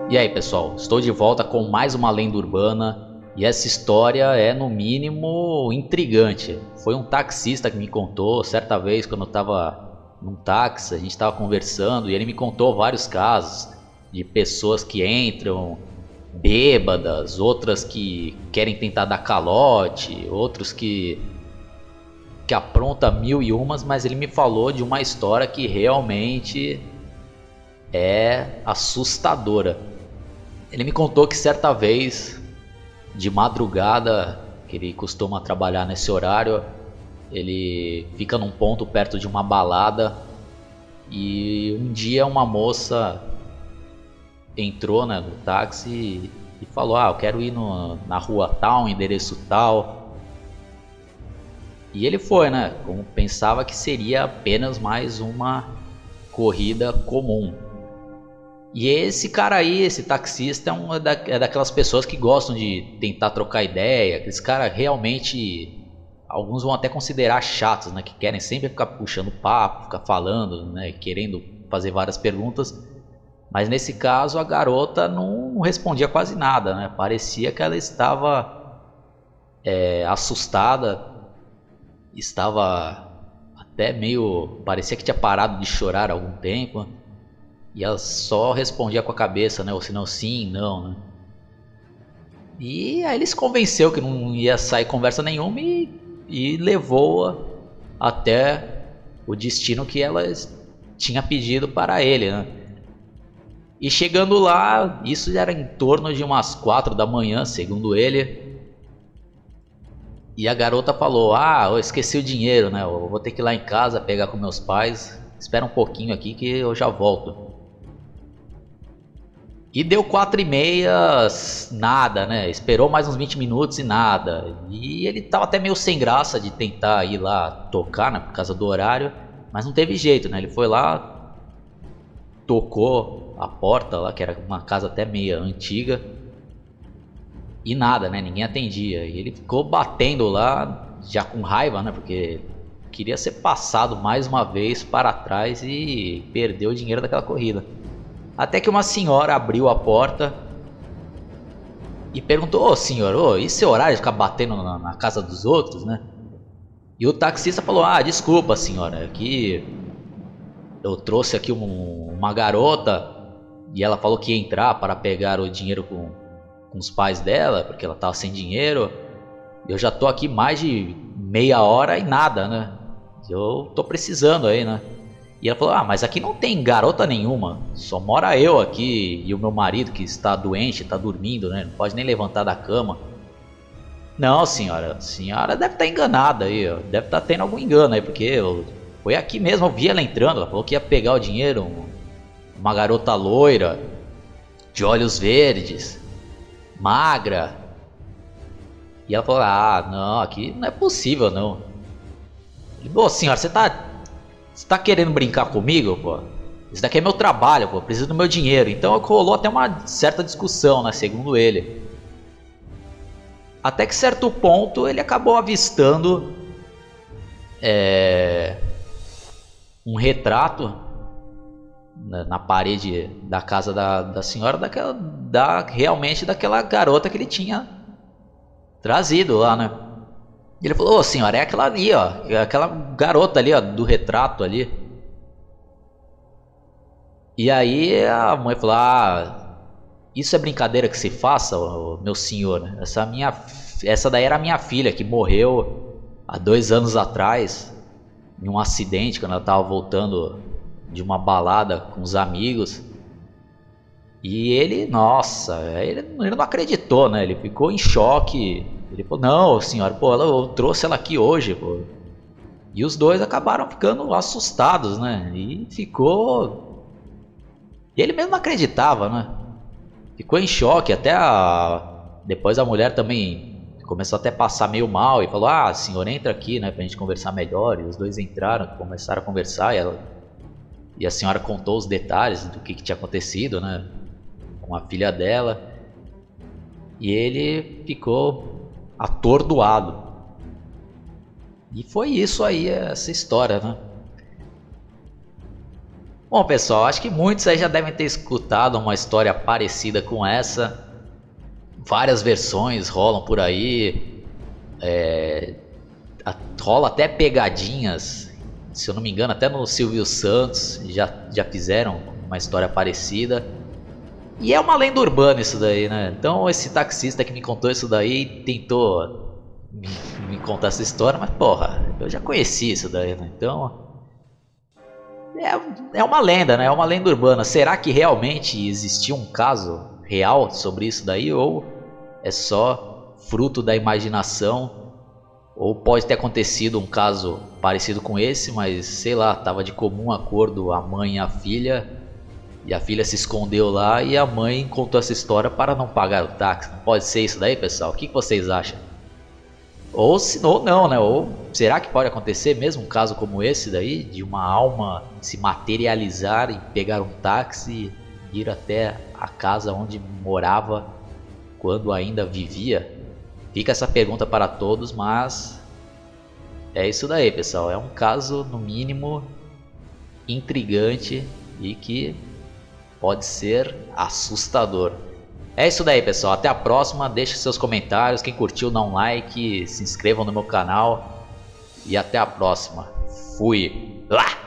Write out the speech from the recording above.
E aí, pessoal, estou de volta com mais uma lenda urbana e essa história é, no mínimo, intrigante. Foi um taxista que me contou certa vez, quando eu estava num táxi, a gente estava conversando e ele me contou vários casos de pessoas que entram bêbadas, outras que querem tentar dar calote, outros que apronta mil e umas, mas ele me falou de uma história que realmente é assustadora. Ele me contou que certa vez, de madrugada, que ele costuma trabalhar nesse horário, ele fica num ponto perto de uma balada e um dia uma moça entrou, né, no táxi e falou: "Ah, eu quero ir na rua tal, endereço tal". E ele foi, né, como pensava que seria apenas mais uma corrida comum. E esse cara aí, esse taxista, é daquelas pessoas que gostam de tentar trocar ideia. Aqueles caras realmente, alguns vão até considerar chatos, né? Que querem sempre ficar puxando papo, ficar falando, né? Querendo fazer várias perguntas. Mas nesse caso a garota não respondia quase nada, né? Parecia que ela estava assustada, estava até meio... Parecia que tinha parado de chorar há algum tempo. E ela só respondia com a cabeça, né? Ou se não, sim, não, né? E aí ele se convenceu que não ia sair conversa nenhuma e levou-a até o destino que ela tinha pedido para ele, né? E chegando lá, isso já era em torno de umas 4 da manhã, segundo ele. E a garota falou: "Ah, eu esqueci o dinheiro, né? Eu vou ter que ir lá em casa pegar com meus pais. Espera um pouquinho aqui que eu já volto". E deu 4h30, nada, né? Esperou mais uns 20 minutos e nada. E ele tava até meio sem graça de tentar ir lá tocar, né? Por causa do horário. Mas não teve jeito, né? Ele foi lá, tocou a porta lá, que era uma casa até meio antiga. E nada, né? Ninguém atendia. E ele ficou batendo lá, já com raiva, né? Porque queria ser passado mais uma vez para trás e perdeu o dinheiro daquela corrida. Até que uma senhora abriu a porta e perguntou: "Ô senhor, ô, e seu horário de ficar batendo na casa dos outros, né?" E o taxista falou: "Ah, desculpa senhora, é que eu trouxe aqui uma garota e ela falou que ia entrar para pegar o dinheiro com os pais dela, porque ela estava sem dinheiro. Eu já tô aqui mais de meia hora e nada, né? Eu tô precisando aí, né?" E ela falou: "Ah, mas aqui não tem garota nenhuma. Só mora eu aqui e o meu marido que está doente, está dormindo, né? Não pode nem levantar da cama." "Não, senhora, a senhora deve estar enganada aí, ó. Deve estar tendo algum engano aí, porque foi aqui mesmo, eu vi ela entrando. Ela falou que ia pegar o dinheiro, uma garota loira, de olhos verdes, magra." E ela falou: "Ah, não, aqui não é possível, não." "Ô, senhora, você tá querendo brincar comigo, pô? Isso daqui é meu trabalho, pô. Preciso do meu dinheiro." Então rolou até uma certa discussão, né? Segundo ele. Até que certo ponto ele acabou avistando um retrato na parede da casa da senhora, realmente daquela garota que ele tinha trazido lá, né? E ele falou: "Ô senhora, é aquela ali, ó. É aquela garota ali, ó, do retrato ali." E aí a mãe falou: "Ah, isso é brincadeira que se faça, meu senhor. Essa daí era a minha filha que morreu há 2 anos atrás em um acidente quando ela estava voltando de uma balada com os amigos." E ele, nossa, ele não acreditou, né? Ele ficou em choque. Ele falou: "Não, senhora, pô, eu trouxe ela aqui hoje, pô." E os dois acabaram ficando assustados, né? E ficou. E ele mesmo não acreditava, né? Ficou em choque, depois a mulher também começou até a passar meio mal e falou: "Ah, senhor, entra aqui, né, pra gente conversar melhor." E os dois entraram, começaram a conversar e a senhora contou os detalhes do que tinha acontecido, né, com a filha dela. E ele ficou atordoado. E foi isso aí, essa história, né? Bom, pessoal, acho que muitos aí já devem ter escutado uma história parecida com essa. Várias versões rolam por aí. Rola até pegadinhas. Se eu não me engano, até no Silvio Santos já fizeram uma história parecida. E é uma lenda urbana isso daí, né? Então esse taxista que me contou isso daí tentou me contar essa história, mas porra, eu já conheci isso daí, né? Então é uma lenda, né? É uma lenda urbana. Será que realmente existiu um caso real sobre isso daí? Ou é só fruto da imaginação? Ou pode ter acontecido um caso parecido com esse, mas sei lá, tava de comum acordo a mãe e a filha. E a filha se escondeu lá e a mãe contou essa história para não pagar o táxi. Pode ser isso daí, pessoal? O que vocês acham? Ou não, né? Ou será que pode acontecer mesmo um caso como esse daí? De uma alma se materializar e pegar um táxi e ir até a casa onde morava quando ainda vivia? Fica essa pergunta para todos, mas é isso daí, pessoal. É um caso, no mínimo, intrigante e que pode ser assustador. É isso daí, pessoal. Até a próxima. Deixe seus comentários. Quem curtiu, dá um like. Se inscrevam no meu canal. E até a próxima. Fui. Lá!